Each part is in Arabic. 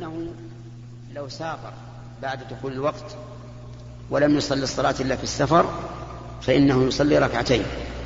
أنه لو سافر بعد دخول الوقت ولم يصلي الصلاة إلا في السفر فإنه يصلي ركعتين،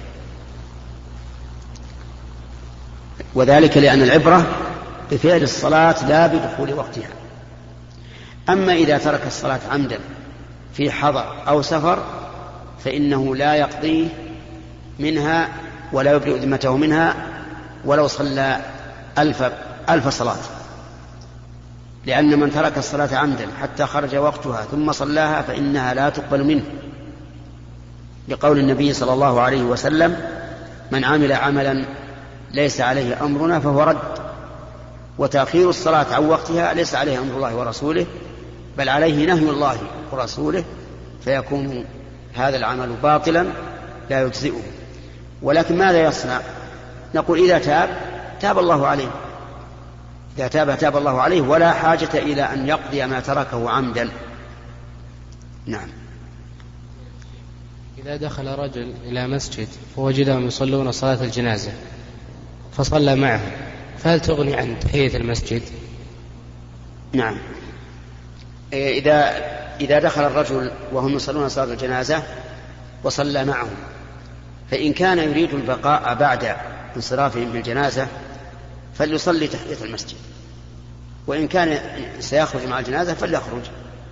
وذلك لأن العبرة بفعل الصلاة لا بدخول وقتها. أما إذا ترك الصلاة عمدا في حضر أو سفر فإنه لا يقضي منها ولا يبرئ ذمته منها ولو صلى ألف صلاة، لأن من ترك الصلاة عمدا حتى خرج وقتها ثم صلاها فإنها لا تقبل منه، لقول النبي صلى الله عليه وسلم: من عمل عملا ليس عليه أمرنا فهو رد. وتأخير الصلاة عن وقتها ليس عليه أمر الله ورسوله، بل عليه نهي الله ورسوله، فيكون هذا العمل باطلا لا يجزئه. ولكن ماذا يصنع؟ نقول إذا تاب الله عليه، إذا تاب الله عليه، ولا حاجة إلى أن يقضي ما تركه عمدا. نعم. إذا دخل رجل إلى مسجد فوجدهم يصلون صلاة الجنازة فصلى معهم، فهل تغني عن تحية المسجد؟ نعم. إذا دخل الرجل وهم يصلون صلاة الجنازة وصلى معهم، فإن كان يريد البقاء بعد انصرافهم بالجنازة فليصلي تحية المسجد، وإن كان سيخرج مع الجنازة فليخرج.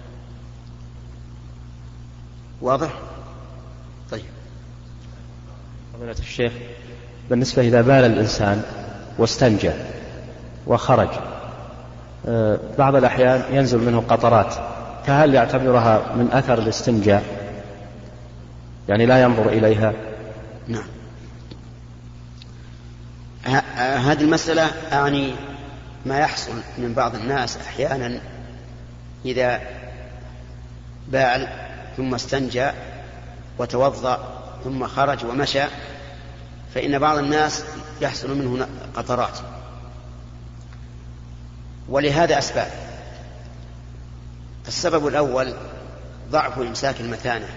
واضح؟ طيب. فضيلة الشيخ، بالنسبة إذا بال الإنسان واستنجى وخرج، بعض الأحيان ينزل منه قطرات، فهل يعتبرها من أثر الاستنجاء، يعني لا ينظر إليها؟ نعم. هذه المسألة أعني ما يحصل من بعض الناس أحيانا إذا بال ثم استنجى وتوضأ ثم خرج ومشى، فإن بعض الناس يحصل منه قطرات، ولهذا أسباب. السبب الأول ضعف إمساك المثانة،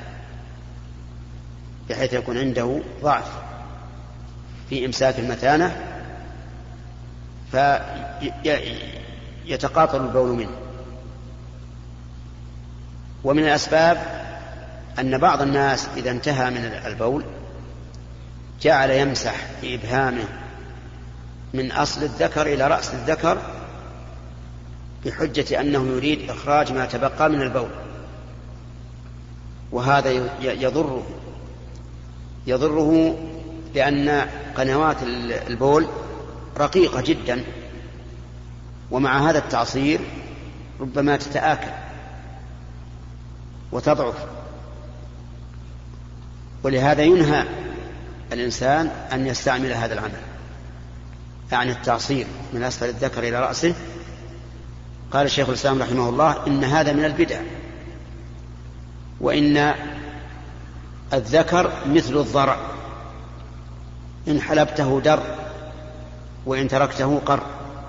بحيث يكون عنده ضعف في إمساك المثانة فيتقاطر البول منه. ومن الأسباب أن بعض الناس إذا انتهى من البول جعل يمسح بإبهامه من أصل الذكر إلى رأس الذكر بحجة أنه يريد إخراج ما تبقى من البول، وهذا يضره لأن قنوات البول رقيقة جدا، ومع هذا التعصير ربما تتآكل وتضعف، ولهذا ينهى الإنسان أن يستعمل هذا العمل، يعني التعصير من أسفل الذكر إلى رأسه. قال الشيخ الإسلام رحمه الله: إن هذا من البدع، وإن الذكر مثل الضرع، إن حلبته در وإن تركته قر.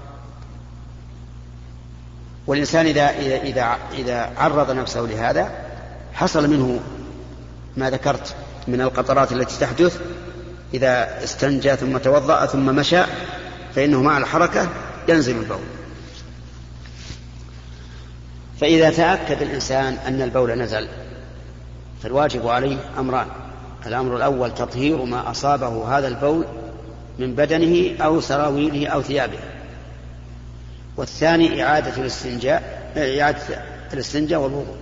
والإنسان إذا عرض نفسه لهذا حصل منه ما ذكرت من القطرات التي تحدث إذا استنجى ثم توضأ ثم مشى، فإنه مع الحركة ينزل البول. فإذا تأكد الإنسان أن البول نزل فالواجب عليه أمران: الأمر الأول تطهير ما أصابه هذا البول من بدنه أو سراويله أو ثيابه، والثاني إعادة الاستنجاء والوضوء،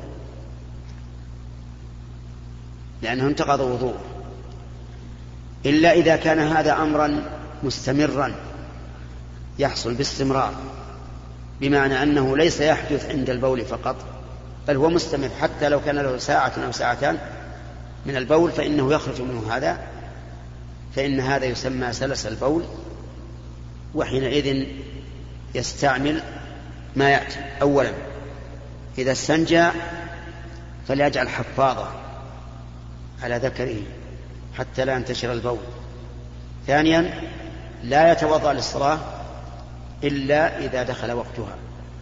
لأنه انتقض وضوءه، إلا إذا كان هذا أمرا مستمرا يحصل باستمرار، بمعنى أنه ليس يحدث عند البول فقط، بل هو مستمر، حتى لو كان له ساعة أو ساعتان من البول فإنه يخرج منه هذا، فإن هذا يسمى سلس البول، وحينئذ يستعمل ما يأتي. أولا إذا استنجى فليجعل حفاظة على ذكره حتى لا ينتشر البول. ثانيا لا يتوضأ للصلاة إلا إذا دخل وقتها،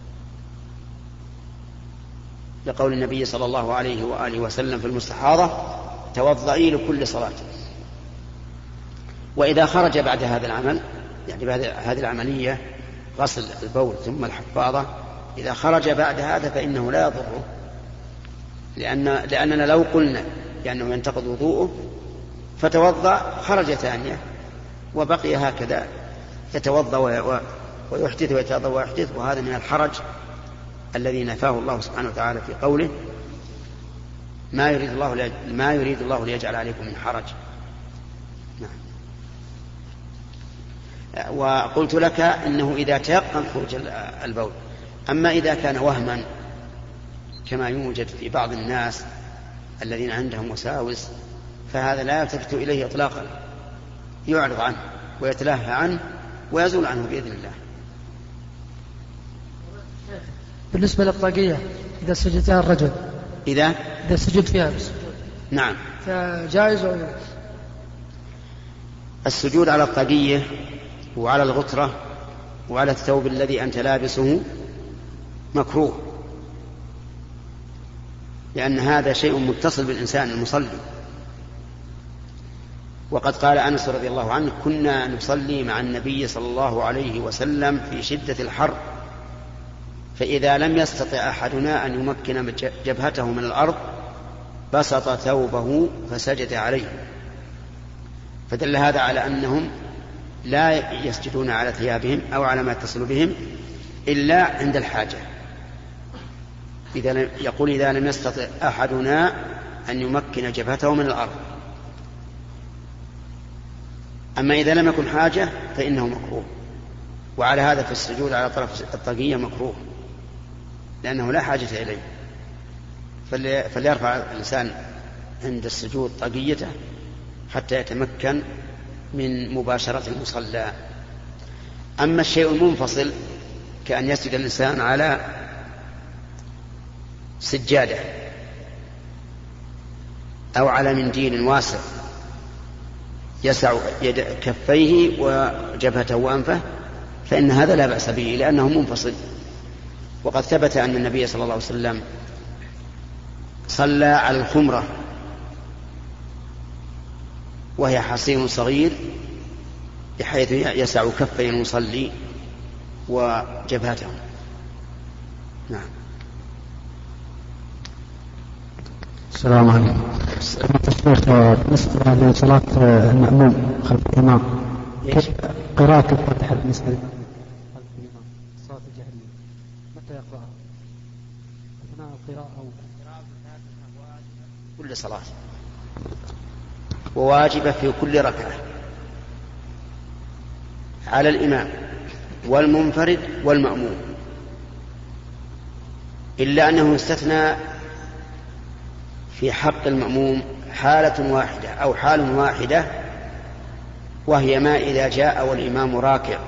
لقول النبي صلى الله عليه وآله وسلم في المستحاضة: توضئي لكل صلاة. وإذا خرج بعد هذا العمل، يعني بعد هذه العملية غسل البول ثم الحفاظة إذا خرج بعد هذا فإنه لا يضره، لأننا لو قلنا لأنه ينتقض وضوءه فتوضأ خرج ثانية وبقي هكذا يتوضأ ويحدث ويتوضأ ويحدث، وهذا من الحرج الذي نفاه الله سبحانه وتعالى في قوله ما يريد الله ليجعل عليكم من حرج. نعم. وقلت لك إنه إذا تيقن خروج البول. أما إذا كان وهما كما يوجد في بعض الناس الذين عندهم وساوس فهذا لا يلتفت إليه إطلاقا، يعرض عنه ويتلهى عنه ويزول عنه بإذن الله. بالنسبة للطاقية إذا سجدتها الرجل إذا سجد فيها بالسجود نعم فجائز أو لا؟ السجود على الطاقية وعلى الغترة وعلى الثوب الذي أنت لابسه مكروه، لأن هذا شيء متصل بالإنسان المصلي. وقد قال أنس رضي الله عنه كنا نصلي مع النبي صلى الله عليه وسلم في شدة الحر، فإذا لم يستطع أحدنا أن يمكن جبهته من الأرض بسط ثوبه فسجد عليه، فدل هذا على أنهم لا يسجدون على ثيابهم أو على ما يتصل بهم إلا عند الحاجة. يقول إذا لم يستطع أحدنا أن يمكن جبهته من الأرض. أما إذا لم يكن حاجة فإنه مكروه، وعلى هذا في السجود على طرف الطاقية مكروه لأنه لا حاجة إليه، فليرفع الإنسان عند السجود طاقيته حتى يتمكن من مباشرة المصلى. أما الشيء المنفصل كأن يسجد الإنسان على سجادة أو على منديل واسع يسع كفيه وجبهته وأنفه فإن هذا لا بأس به لأنه منفصل. وقد ثبت أن النبي صلى الله عليه وسلم صلى على الخمرة وهي حصين صغير بحيث يسع كفي المصلي وجبهته. نعم. السلام عليكم. بالنسبة لصلاة المأموم خلف الإمام قراءة الفاتحة بالنسبة للمأموم خلف الإمام الصلاة الجهرية متى يقرأها؟ أثناء القراءة أو كل صلاة وواجبة في كل ركعة على الإمام والمنفرد والمأموم، إلا أنه استثنى في حق المأموم حالة واحدة أو حال واحدة، وهي ما إذا جاء والإمام راكع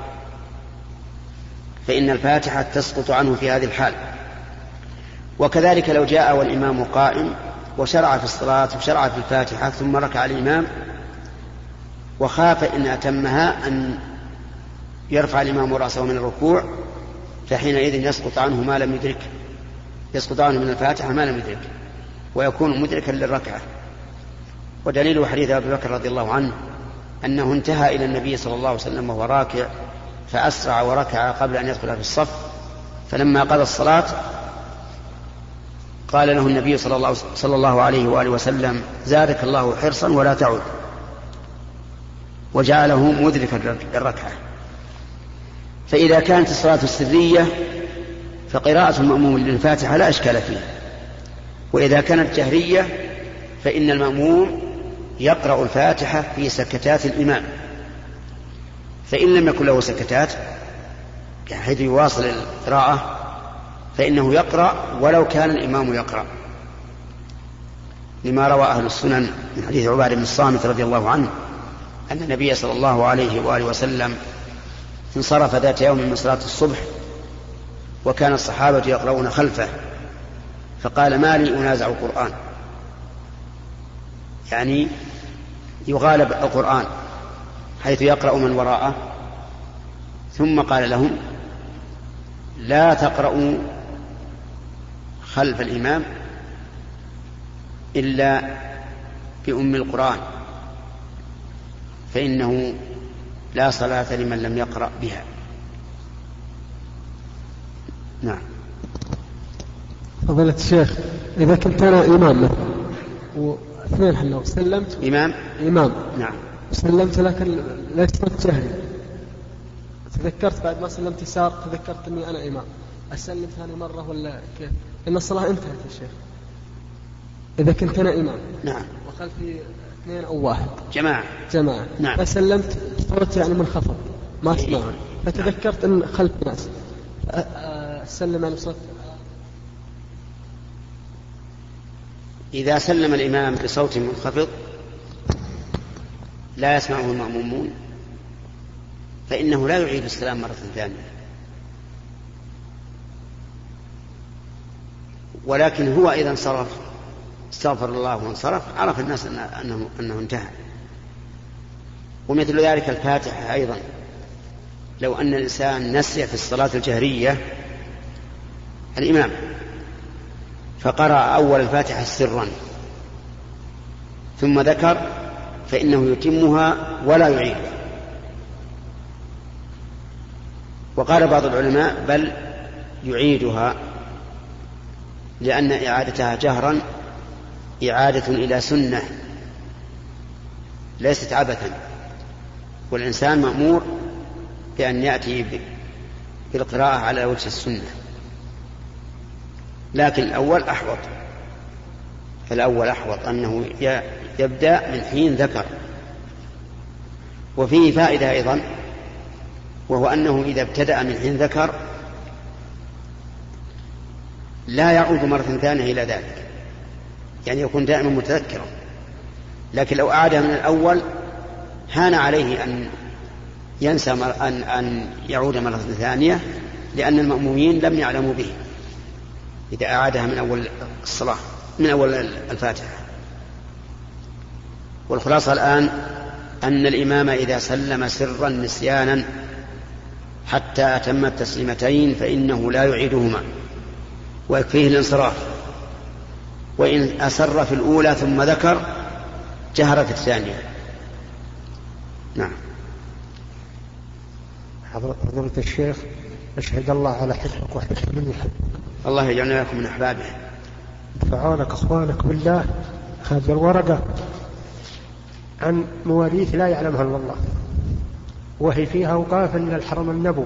فإن الفاتحة تسقط عنه في هذه الحال. وكذلك لو جاء والإمام قائم وشرع في الصلاة وشرع في الفاتحة ثم ركع الإمام وخاف إن أتمها أن يرفع الإمام رأسه من الركوع فحينئذ يسقط عنه ما لم يدرك، يسقط عنه من الفاتحة ما لم يدرك ويكون مدركا للركعة. ودليل حديث أبي بكر رضي الله عنه أنه انتهى إلى النبي صلى الله عليه وسلم وهو راكع فأسرع وركع قبل أن يدخل في الصف، فلما قضى الصلاة قال له النبي صلى الله عليه وآله وسلم زادك الله حرصا ولا تعود، وجعله مدركا للركعة. فإذا كانت الصلاة السرية فقراءة المأموم للفاتحة لا إشكال فيها، وإذا كانت جهرية فإن المأموم يقرأ الفاتحة في سكتات الإمام، فإن لم يكن له سكتات حيث يواصل القراءة فإنه يقرأ ولو كان الإمام يقرأ، لما روى أهل السنن من حديث عبادة بن الصامت رضي الله عنه أن النبي صلى الله عليه وآله وسلم انصرف ذات يوم من صلاة الصبح وكان الصحابة يقرؤون خلفه فقال ما لي أنازع القرآن، يعني يغالب القرآن حيث يقرأ من وراءه، ثم قال لهم لا تقرأوا خلف الإمام إلا بأم القرآن فإنه لا صلاة لمن لم يقرأ بها. نعم. فضيلة الشيخ، إذا كنت أنا إمام مثلا واثنين حنا وسلمت إمام نعم سلمت لكن ليس صوت جهري، تذكرت بعد ما سلمت يسار تذكرت أني أنا إمام، أسلم ثاني مرة ولا كيف؟ إن الصلاة انتهت يا شيخ إذا كنت أنا إمام نعم وخلفي اثنين أو واحد جماعة نعم فسلمت صوت يعني منخفض ما أسمعه، فتذكرت أن خلف ناس أسلم على صوت. إذا سلم الإمام بصوت منخفض لا يسمعه المأمومون فإنه لا يعيد السلام مرة ثانية، ولكن هو إذا انصرف استغفر الله وانصرف عرف الناس أنه انتهى. ومثل ذلك الفاتحة أيضا، لو أن الإنسان نسي في الصلاة الجهرية الإمام فقرأ أول الفاتحة سرا ثم ذكر فإنه يتمها ولا يعيد. وقال بعض العلماء بل يعيدها، لأن إعادتها جهرا إعادة إلى سنة ليست عبثا، والإنسان مأمور بأن يأتي بالقراءة على وجه السنة، لكن الأول أحوط أنه يبدأ من حين ذكر. وفيه فائدة أيضا، وهو أنه إذا ابتدأ من حين ذكر لا يعود مرة ثانية إلى ذلك، يعني يكون دائما متذكرا. لكن لو أعادها من الأول هان عليه أن ينسى أن يعود مرة ثانية، لأن المأمومين لم يعلموا به إذا أعادها من أول الصلاة من أول الفاتحة. والخلاصة الآن أن الإمام إذا سلم سرا نسيانا حتى أتم التسليمتين فإنه لا يعيدهما ويكفيه الانصراف، وإن أسر في الأولى ثم ذكر جهر في الثانية. نعم. حضرة الشيخ، أشهد الله على حبك وحب من يحبك. الله يجعلنا لكم من أحبابه. دفعونك أخوانك بالله هذه الورقة عن مواريث لا يعلمها إلا الله، وهي فيها أوقاف للحرم النبوي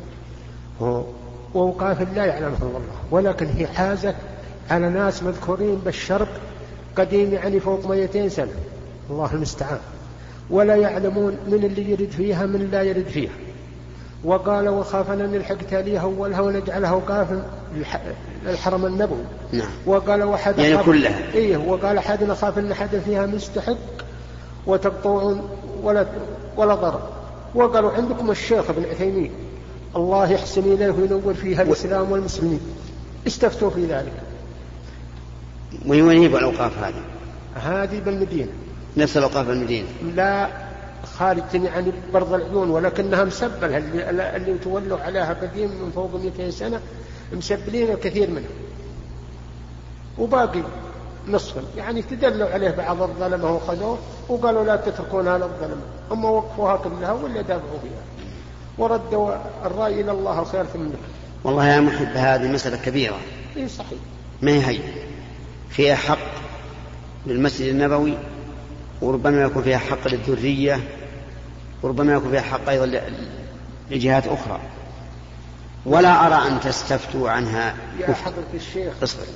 وأوقاف لا يعلمها إلا الله، ولكن هي حازت على ناس مذكورين بالشرق قديم يعني فوق 200 سنة، الله المستعان، ولا يعلمون من اللي يرد فيها من لا يرد فيها. وقال وخافنا نلحق تاليها أولها ونجعلها أوقاف للحرم النبوي. نعم. وقال وحد يعني كلها. إيه، وقال حد خاف أن حد فيها مستحق وتقطعون ولا ضرر. وقالوا عندكم الشيخ ابن عثيمين الله يحسن إليه وينور فيها الإسلام والمسلمين، استفتوا في ذلك. وين يجيب الأوقاف هذه بالمدينة، نفس الأوقاف بالمدينة، لا خارج يعني برض العيون، ولكنها مسبلة اللي تولوا عليها قديم من فوق 200 سنة مسبلين الكثير منها، وباقي نصفا يعني تدلوا عليه بعض الظلمة وخذوه وقالوا لا تتركونها للظلمة، هم وقفوها كلها ولا دافعوا فيها وردوا الرأي إلى الله الخير ثم. والله يا محب هذه مسألة كبيرة. إيه صحيح، ما هي فيها حق للمسجد النبوي، وربما يكون فيها حق للذرية، وربما يكون فيها حق أيضا لجهات أخرى، ولا أرى أن تستفتوا عنها يا حضرة الشيخ.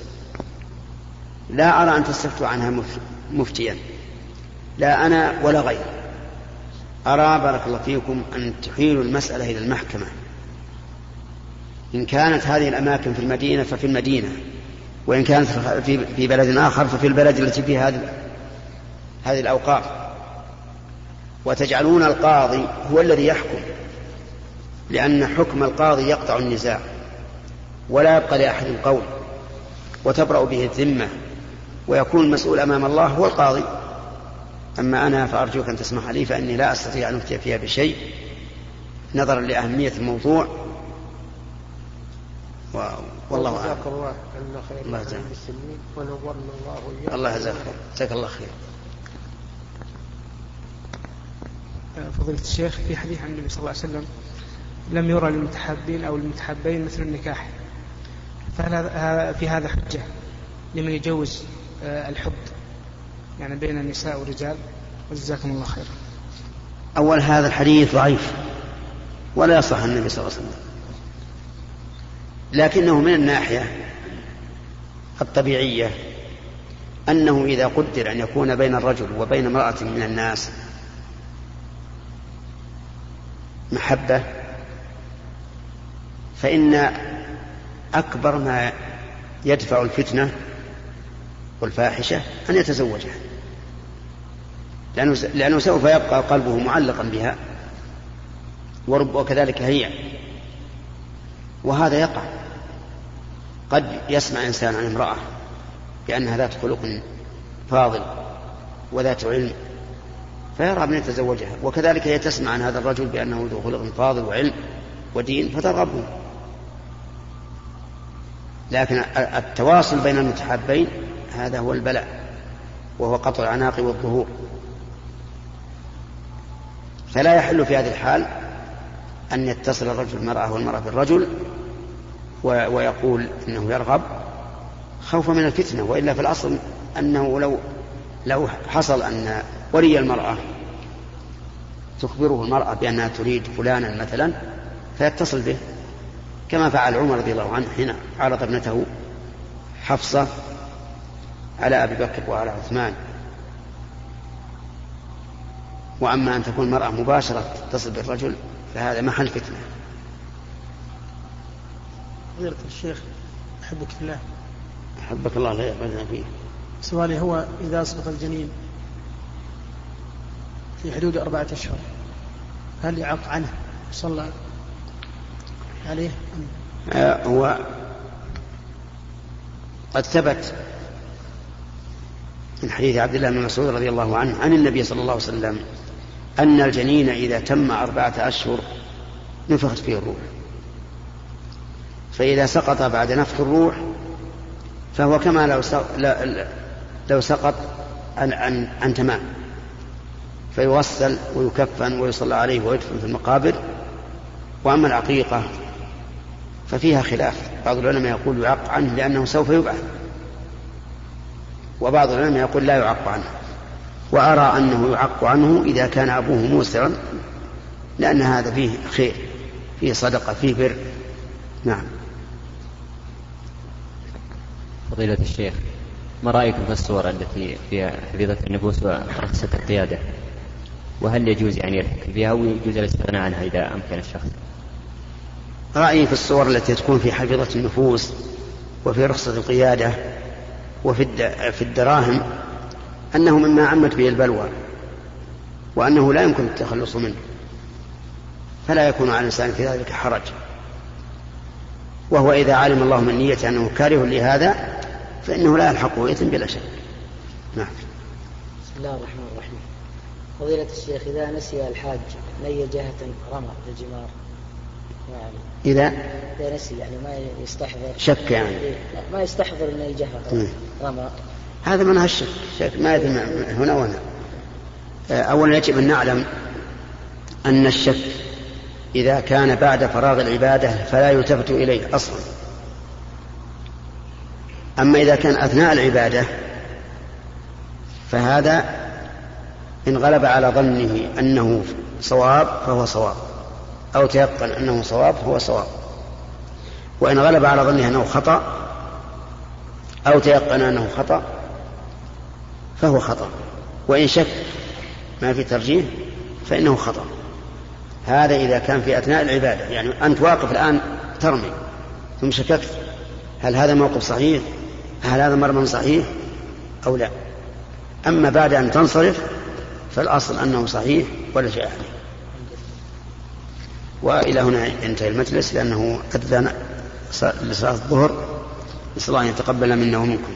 لا أرى أن تستفتوا عنها مفتيا، لا أنا ولا غير. أرى بارك الله فيكم أن تحيلوا المسألة إلى المحكمة، إن كانت هذه الأماكن في المدينة ففي المدينة، وإن كانت في بلد آخر ففي البلد التي فيها هذه الأوقاف، وتجعلون القاضي هو الذي يحكم، لأن حكم القاضي يقطع النزاع ولا يبقى لأحد القول، وتبرأ به الذمة، ويكون المسؤول أمام الله هو القاضي. أما أنا فأرجوك أن تسمح لي، فإني لا أستطيع أن أفتي فيها بشيء نظرا لأهمية الموضوع. والله أعلم. الله يجزاك ونورنا الله وإياك. الله يجزاك الله خير. فضيلة الشيخ، في حديث عن النبي صلى الله عليه وسلم لم يرى للمتحابين أو المتحابين مثل النكاح، فهل في هذا حجة لمن يجوز الحب يعني بين النساء والرجال؟ وجزاكم الله خيرا. أول هذا الحديث ضعيف ولا يصح عن النبي صلى الله عليه وسلم، لكنه من الناحية الطبيعية أنه إذا قدر أن يكون بين الرجل وبين امرأة من الناس محبة فإن أكبر ما يدفع الفتنة والفاحشة أن يتزوجها، لأنه سوف يبقى قلبه معلقا بها وكذلك هي. وهذا يقع، قد يسمع إنسان عن امرأة بأنها ذات خلق فاضل وذات علم فيرى أن يتزوجها، وكذلك هي تسمع عن هذا الرجل بأنه ذو خلق فاضل وعلم ودين فترغبه. لكن التواصل بين المتحابين هذا هو البلاء، وهو قطع العناق والظهور. فلا يحل في هذه الحال أن يتصل الرجل بالمرأة والمرأة بالرجل ويقول إنه يرغب خوفا من الفتنة، وإلا في الأصل أنه لو حصل أن ولي المرأة تخبره المرأة بأنها تريد فلانا مثلا فيتصل به، كما فعل عمر رضي الله عنه حين عرض ابنته حفصة على أبي بكر وعلى عثمان. وأما أن تكون المرأة مباشرة تتصل بالرجل فهذا محل فتنة. فضيلة الشيخ أحبك في الله. أحبك الله لا يقبلنا فيه. سؤالي هو إذا أسقط الجنين في حدود 4 أشهر هل يعق عنه صلى عليه؟ هو قد ثبت من حديث عبد الله بن مسعود رضي الله عنه عن النبي صلى الله عليه وسلم أن الجنين إذا تم 4 أشهر نفخت فيه الروح، فإذا سقط بعد نفخ الروح فهو كما لو سقط عن تمام، فيغسل ويكفن ويصلى عليه ويدفن في المقابر. وأما العقيقة ففيها خلاف، بعض العلماء يقول يعق عنه لأنه سوف يبعث، وبعض العلماء يقول لا يعق عنه. وأرى أنه يعق عنه إذا كان أبوه موسرا، لأن هذا فيه خير، فيه صدقة، فيه بر. نعم. فضيلة الشيخ، ما رأيكم في الصور التي فيها حفيظة النفوس ورخصة القيادة؟ وهل يجوز يعني الحكم فيها أو يجوز الاستغناء عنها إذا أمكن الشخص؟ رأيي في الصور التي تكون في حفيظة النفوس وفي رخصة القيادة وفي الدراهم أنه مما عمت به البلوى، وأنه لا يمكن التخلص منه، فلا يكون على الإنسان في ذلك حرج. وهو إذا علم الله من نيته أنه كاره لهذا فإنه لا يلحقه إثم بلا شك. نعم. بسم الله الرحمن الرحيم. فضيلة الشيخ، إذا نسي الحاج من أي جهة رمى الجمار إذا نسي يعني ما يستحضر شك يعني ما يستحضر من أي جهة رمى، هذا منها الشك ما يدري هنا وهنا. أولا يجب أن نعلم أن الشك إذا كان بعد فراغ العبادة فلا يلتفت إليه أصلا. أما إذا كان أثناء العبادة فهذا إن غلب على ظنه أنه صواب فهو صواب، أو تيقن أنه صواب فهو صواب. وإن غلب على ظنه أنه خطأ أو تيقن أنه خطأ فهو خطأ. وإن شك ما في ترجيح فإنه خطأ. هذا إذا كان في أثناء العبادة، يعني أنت واقف الآن ترمي ثم شككت هل هذا موقف صحيح، هل هذا مرمى صحيح أو لا. أما بعد أن تنصرف فالأصل أنه صحيح ولا شيء عليه. وإلى هنا ينتهي المجلس لأنه أذن لصلاة الظهر، نسأل الله أن يتقبل منا ومنكم.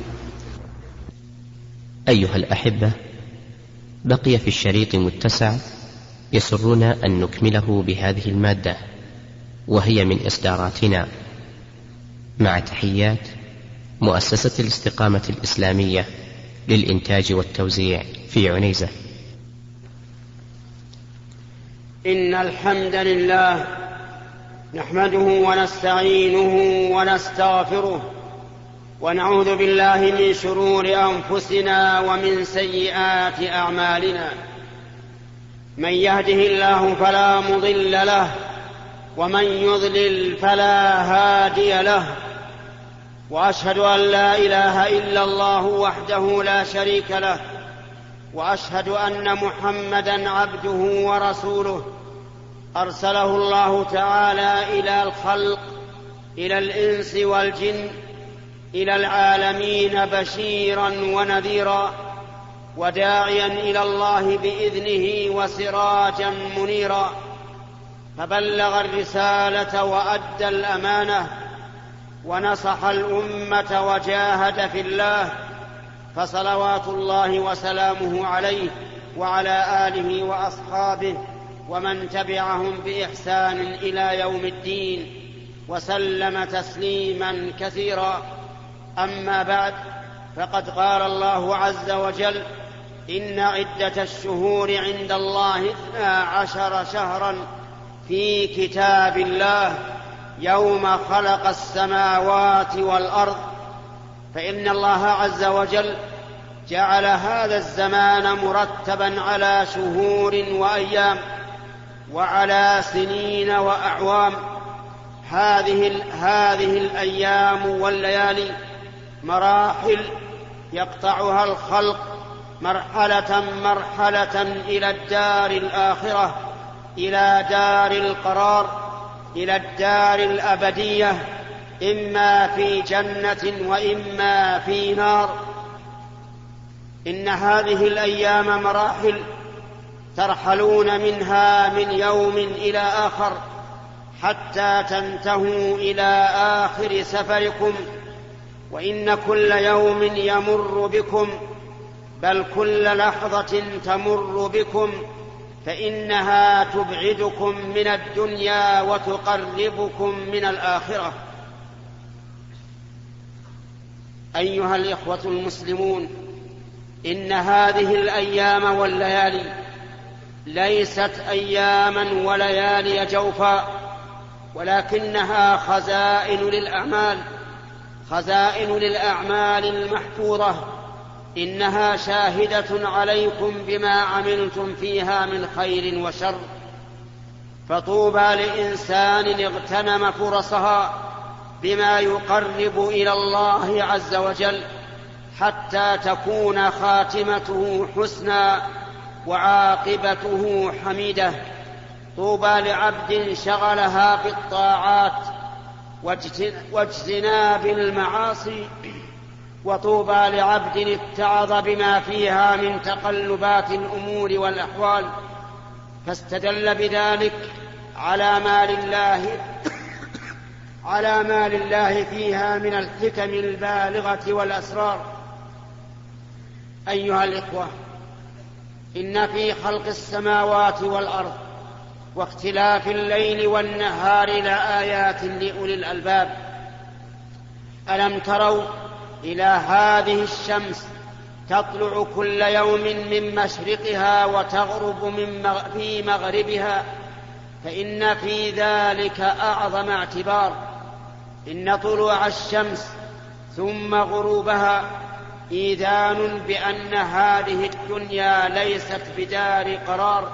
أيها الأحبة، بقي في الشريط متسع يسرنا أن نكمله بهذه المادة، وهي من إصداراتنا، مع تحيات مؤسسة الاستقامة الإسلامية للإنتاج والتوزيع في عنيزة. إن الحمد لله نحمده ونستعينه ونستغفره ونعوذ بالله من شرور أنفسنا ومن سيئات أعمالنا. من يهده الله فلا مضل له ومن يضلل فلا هادي له، وأشهد أن لا إله إلا الله وحده لا شريك له، وأشهد أن محمدا عبده ورسوله أرسله الله تعالى إلى الخلق، إلى الإنس والجن، إلى العالمين بشيرا ونذيرا وداعيا إلى الله بإذنه وسراجا منيرا، فبلغ الرسالة وأدى الأمانة ونصح الأمة وجاهد في الله، فصلوات الله وسلامه عليه وعلى آله وأصحابه ومن تبعهم بإحسان إلى يوم الدين، وسلم تسليما كثيرا. أما بعد، فقد قال الله عز وجل: إن عدة الشهور عند الله 12 شهرا في كتاب الله يوم خلق السماوات والأرض. فإن الله عز وجل جعل هذا الزمان مرتبا على شهور وأيام وعلى سنين وأعوام. هذه الأيام والليالي مراحل يقطعها الخلق مرحلة مرحلة إلى الدار الآخرة، إلى دار القرار، إلى الدار الأبدية، إما في جنة وإما في نار. إن هذه الأيام مراحل ترحلون منها من يوم إلى آخر حتى تنتهوا إلى آخر سفركم. وإن كل يوم يمر بكم، بل كل لحظة تمر بكم، فإنها تبعدكم من الدنيا وتقربكم من الآخرة. أيها الإخوة المسلمون، إن هذه الأيام والليالي ليست أياما وليالي جوفا، ولكنها خزائن للأعمال المحفوظة. إنها شاهدة عليكم بما عملتم فيها من خير وشر. فطوبى لإنسان اغتنم فرصها بما يقرب إلى الله عز وجل حتى تكون خاتمته حسنى وعاقبته حميدة. طوبى لعبد شغلها بالطاعات واجتناب المعاصي، وطوبى لعبد اتعظ بما فيها من تقلبات الأمور والأحوال، فاستدل بذلك على ما لله فيها من الحكم البالغة والأسرار. أيها الإخوة، إن في خلق السماوات والأرض واختلاف الليل والنهار لآيات لأولي الألباب. ألم تروا إلى هذه الشمس تطلع كل يوم من مشرقها وتغرب في مغربها، فإن في ذلك أعظم اعتبار. إن طلوع الشمس ثم غروبها إيذان بأن هذه الدنيا ليست بدار قرار،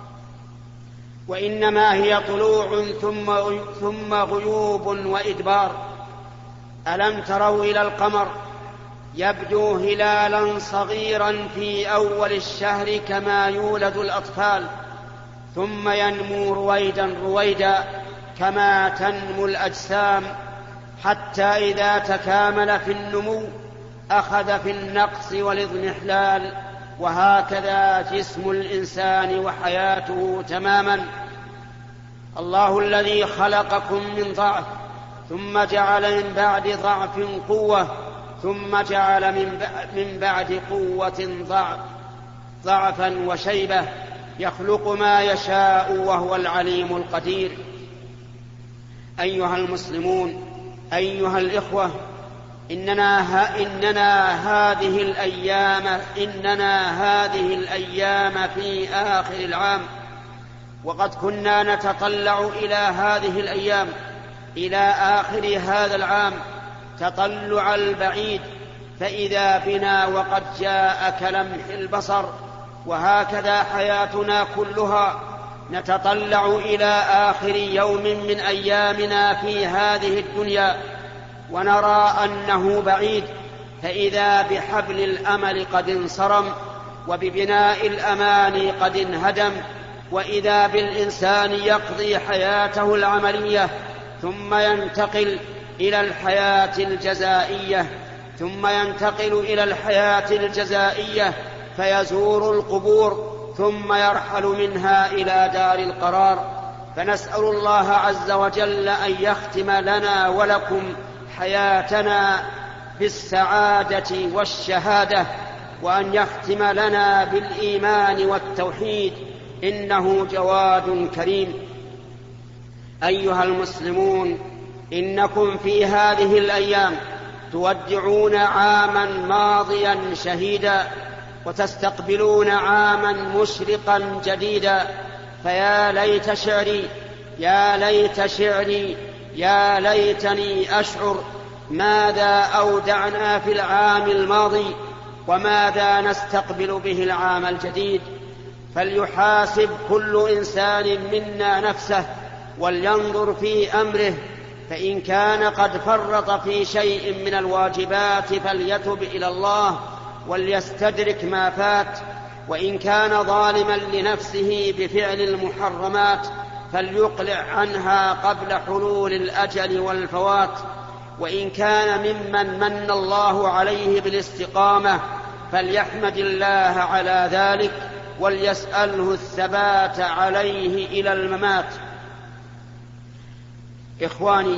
وإنما هي طلوع ثم غيوب وإدبار. ألم تروا إلى القمر يبدو هلالا صغيرا في أول الشهر كما يولد الأطفال، ثم ينمو رويدا رويدا كما تنمو الأجسام، حتى إذا تكامل في النمو أخذ في النقص والاضمحلال. وهكذا جسم الإنسان وحياته تماما. الله الذي خلقكم من ضعف ثم جعل من بعد ضعف قوة ثم جعل من بعد قوة ضعفا وشيبة، يخلق ما يشاء وهو العليم القدير. أيها المسلمون، أيها الإخوة، إننا هذه الأيام في آخر العام وقد كنا نتطلع إلى هذه الأيام، إلى آخر هذا العام تطلع البعيد، فإذا بنا وقد جاء كلمح البصر. وهكذا حياتنا كلها نتطلع إلى آخر يوم من أيامنا في هذه الدنيا ونرى أنه بعيد، فإذا بحبل الأمل قد انصرم، وببناء الأماني قد انهدم، وإذا بالإنسان يقضي حياته العملية ثم ينتقل إلى الحياة الجزائية فيزور القبور ثم يرحل منها إلى دار القرار. فنسأل الله عز وجل أن يختم لنا ولكم حياتنا بالسعادة والشهادة، وأن يختم لنا بالإيمان والتوحيد، إنه جواد كريم. أيها المسلمون، إنكم في هذه الأيام تودعون عاما ماضيا شهيدا، وتستقبلون عاما مشرقا جديدا. فيا ليت شعري، يا ليت شعري، يا ليتني أشعر ماذا أودعنا في العام الماضي وماذا نستقبل به العام الجديد. فليحاسب كل إنسان منا نفسه ولينظر في أمره، فإن كان قد فرط في شيء من الواجبات فليتب إلى الله وليستدرك ما فات، وإن كان ظالما لنفسه بفعل المحرمات فليقلع عنها قبل حلول الأجل والفوات، وإن كان ممن من الله عليه بالاستقامة فليحمد الله على ذلك وليسأله الثبات عليه إلى الممات. إخواني،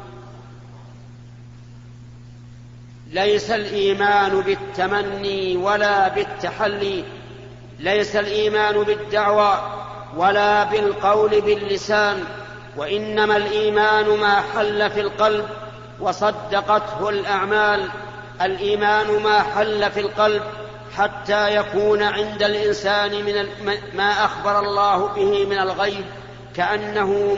ليس الإيمان بالتمني ولا بالتحلي، ليس الإيمان بالدعوى ولا بالقول باللسان، وإنما الإيمان ما حل في القلب وصدقته الأعمال. الإيمان ما حل في القلب حتى يكون عند الإنسان من ما أخبر الله به من الغيب كأنه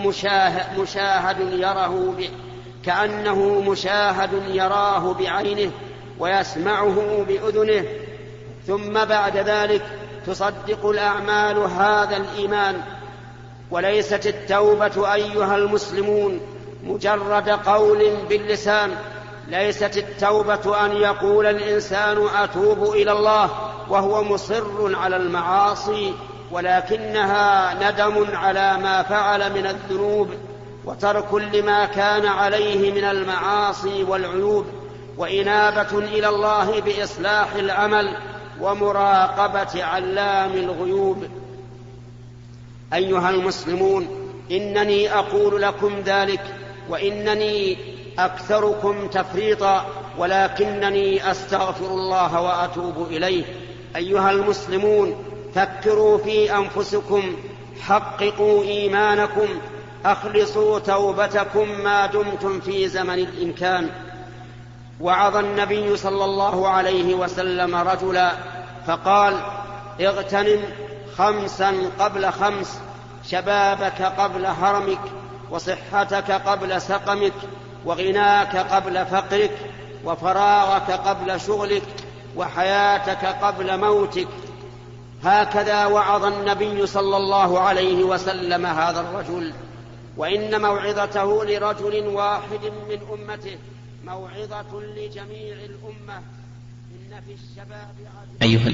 مشاهد يراه بعينه ويسمعه بأذنه، ثم بعد ذلك تصدق الأعمال هذا الإيمان. وليست التوبة أيها المسلمون مجرد قول باللسان، ليست التوبة أن يقول الإنسان أتوب إلى الله وهو مصر على المعاصي، ولكنها ندم على ما فعل من الذنوب وترك لما كان عليه من المعاصي والعيوب، وإنابة إلى الله بإصلاح العمل ومراقبة علام الغيوب. أيها المسلمون، إنني أقول لكم ذلك وإنني أكثركم تفريطا، ولكنني أستغفر الله وأتوب إليه. أيها المسلمون، فكروا في أنفسكم، حققوا إيمانكم، أخلصوا توبتكم ما دمتم في زمن الإمكان. وعظ النبي صلى الله عليه وسلم رجلا فقال: اغتنم 5 قبل 5، شبابك قبل هرمك، وصحتك قبل سقمك، وغناك قبل فقرك، وفراغك قبل شغلك، وحياتك قبل موتك. هكذا وعظ النبي صلى الله عليه وسلم هذا الرجل. وإن موعظته لرجل واحد من أمته موعظة لجميع الأمة. إن في الشباب